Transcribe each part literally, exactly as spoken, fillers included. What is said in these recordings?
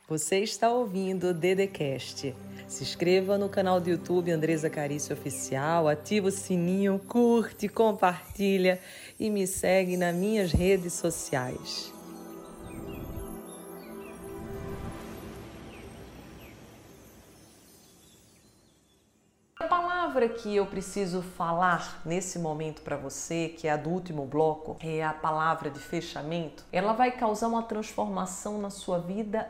Você está ouvindo o Dedecast. Se inscreva no canal do YouTube Andresa Carício Oficial, ativa o sininho, curte, compartilha e me segue nas minhas redes sociais. A palavra que eu preciso falar nesse momento para você, que é a do último bloco, é a palavra de fechamento. Ela vai causar uma transformação na sua vida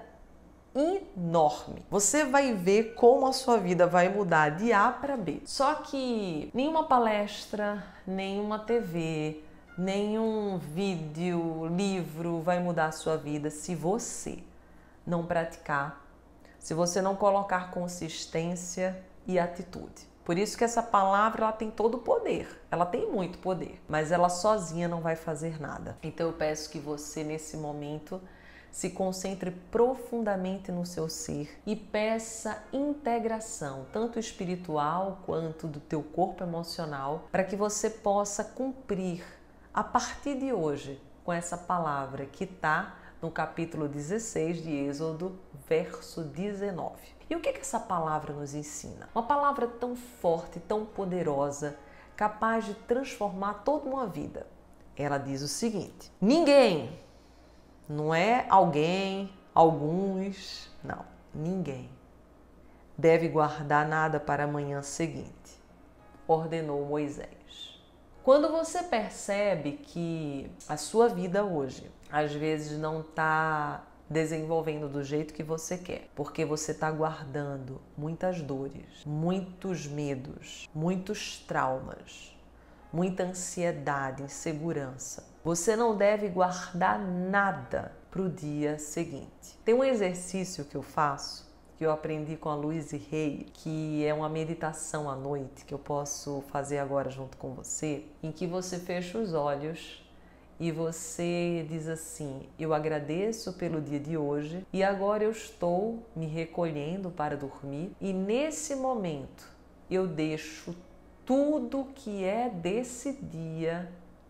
enorme. Você vai ver como a sua vida vai mudar de A para B. Só que nenhuma palestra, nenhuma T V, nenhum vídeo, livro vai mudar a sua vida se você não praticar, se você não colocar consistência e atitude. Por isso que essa palavra ela tem todo o poder, ela tem muito poder, mas ela sozinha não vai fazer nada. Então eu peço que você nesse momento se concentre profundamente no seu ser e peça integração, tanto espiritual quanto do teu corpo emocional, para que você possa cumprir a partir de hoje com essa palavra que está no capítulo dezesseis de Êxodo, verso dezenove. E o que, que essa palavra nos ensina? Uma palavra tão forte, tão poderosa, capaz de transformar toda uma vida. Ela diz o seguinte: ninguém, não é alguém, alguns, não, ninguém deve guardar nada para a manhã seguinte, ordenou Moisés. Quando você percebe que a sua vida hoje, às vezes, não está desenvolvendo do jeito que você quer, porque você está guardando muitas dores, muitos medos, muitos traumas, muita ansiedade, insegurança, você não deve guardar nada para o dia seguinte. Tem um exercício que eu faço, que eu aprendi com a Louise Hay, que é uma meditação à noite, que eu posso fazer agora junto com você, em que você fecha os olhos e você diz assim: eu agradeço pelo dia de hoje e agora eu estou me recolhendo para dormir e nesse momento eu deixo tudo que é desse dia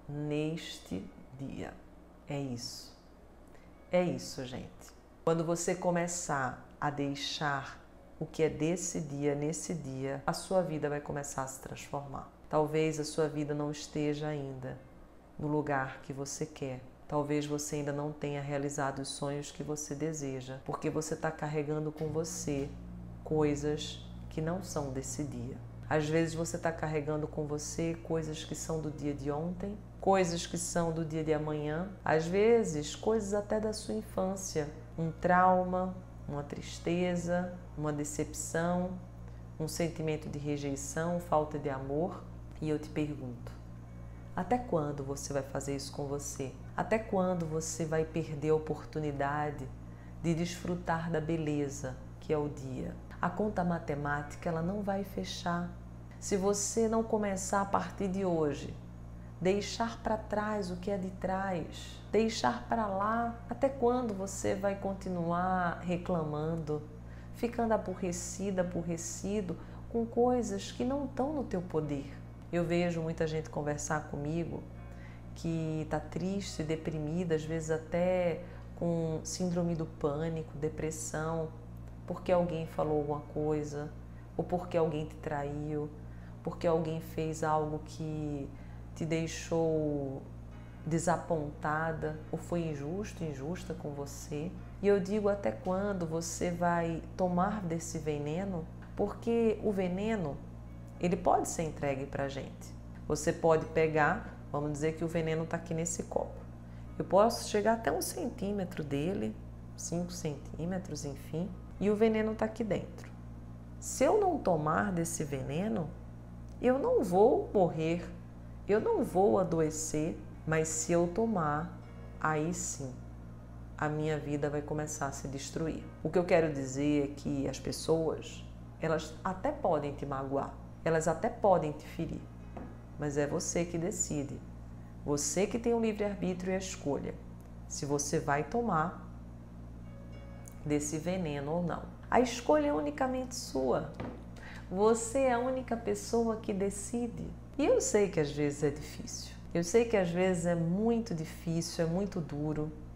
neste dia. É isso. É isso, gente. Quando você começar a deixar o que é desse dia nesse dia, a sua vida vai começar a se transformar. Talvez a sua vida não esteja ainda no lugar que você quer. Talvez você ainda não tenha realizado os sonhos que você deseja, porque você está carregando com você coisas que não são desse dia. Às vezes você está carregando com você coisas que são do dia de ontem, coisas que são do dia de amanhã, às vezes coisas até da sua infância, um trauma, uma tristeza, uma decepção, um sentimento de rejeição, falta de amor. E eu te pergunto: até quando você vai fazer isso com você? Até quando você vai perder a oportunidade de desfrutar da beleza que é o dia? A conta matemática ela não vai fechar. Se você não começar a partir de hoje, deixar para trás o que é de trás, deixar para lá, até quando você vai continuar reclamando, ficando aborrecida, aborrecido com coisas que não estão no teu poder? Eu vejo muita gente conversar comigo que está triste, deprimida, às vezes até com síndrome do pânico, depressão, porque alguém falou alguma coisa, ou porque alguém te traiu, porque alguém fez algo que te deixou desapontada, ou foi injusto, injusta com você. E eu digo: até quando você vai tomar desse veneno? Porque o veneno, ele pode ser entregue para a gente. Você pode pegar, vamos dizer que o veneno está aqui nesse copo. Eu posso chegar até um centímetro dele, cinco centímetros, enfim, e o veneno está aqui dentro. Se eu não tomar desse veneno, eu não vou morrer, eu não vou adoecer, mas se eu tomar, aí sim, a minha vida vai começar a se destruir. O que eu quero dizer é que as pessoas, elas até podem te magoar, elas até podem te ferir, mas é você que decide. Você que tem o livre-arbítrio e a escolha, se você vai tomar desse veneno ou não. A escolha é unicamente sua. Você é a única pessoa que decide. E eu sei que às vezes é difícil. Eu sei que às vezes é muito difícil, é muito duro.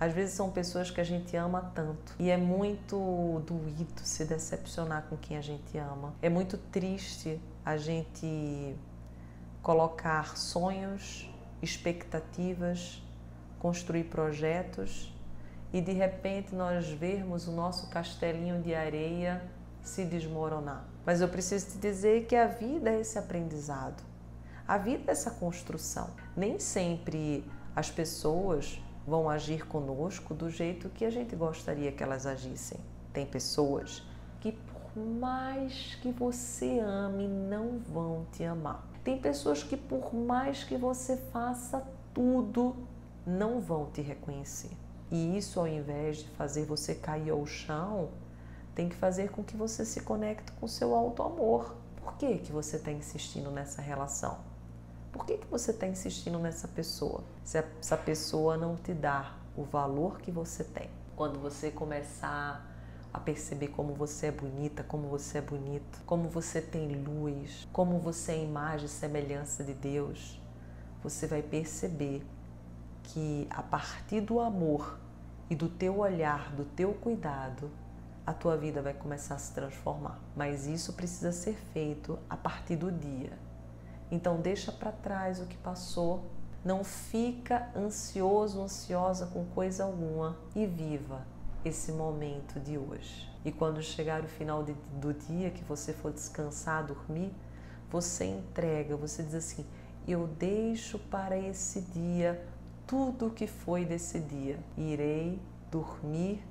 Às vezes são pessoas que a gente ama tanto e é muito doído se decepcionar com quem a gente ama. É muito triste a gente colocar sonhos, expectativas, construir projetos e de repente nós vermos o nosso castelinho de areia se desmoronar. Mas eu preciso te dizer que a vida é esse aprendizado, a vida é essa construção. Nem sempre as pessoas vão agir conosco do jeito que a gente gostaria que elas agissem. Tem pessoas que por mais que você ame, não vão te amar. Tem pessoas que por mais que você faça tudo, não vão te reconhecer. E isso, ao invés de fazer você cair ao chão, tem que fazer com que você se conecte com o seu auto-amor. Por que que você está insistindo nessa relação? Por que que você está insistindo nessa pessoa? Se essa pessoa não te dá o valor que você tem. Quando você começar a perceber como você é bonita, como você é bonito, como você tem luz, como você é imagem e semelhança de Deus, você vai perceber que a partir do amor e do teu olhar, do teu cuidado, a tua vida vai começar a se transformar. Mas isso precisa ser feito a partir do dia. Então deixa para trás o que passou, não fica ansioso, ansiosa com coisa alguma e viva esse momento de hoje. E quando chegar o final de, do dia, que você for descansar, dormir, você entrega, você diz assim, eu deixo para esse dia tudo o que foi desse dia. Irei dormir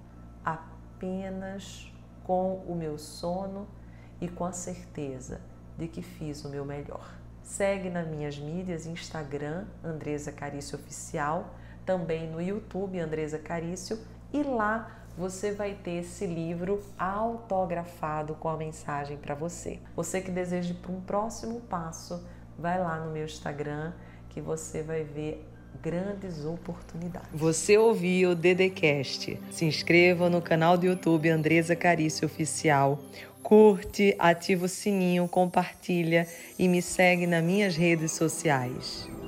apenas com o meu sono e com a certeza de que fiz o meu melhor. Segue nas minhas mídias, Instagram, Andresa Carício Oficial, também no YouTube, Andresa Carício, e lá você vai ter esse livro autografado com a mensagem para você. Você que deseja ir para um próximo passo, vai lá no meu Instagram que você vai ver grandes oportunidades. Você ouviu o DDCast. Se inscreva no canal do YouTube Andresa Carício Oficial. Curte, ativa o sininho, compartilha e me segue nas minhas redes sociais.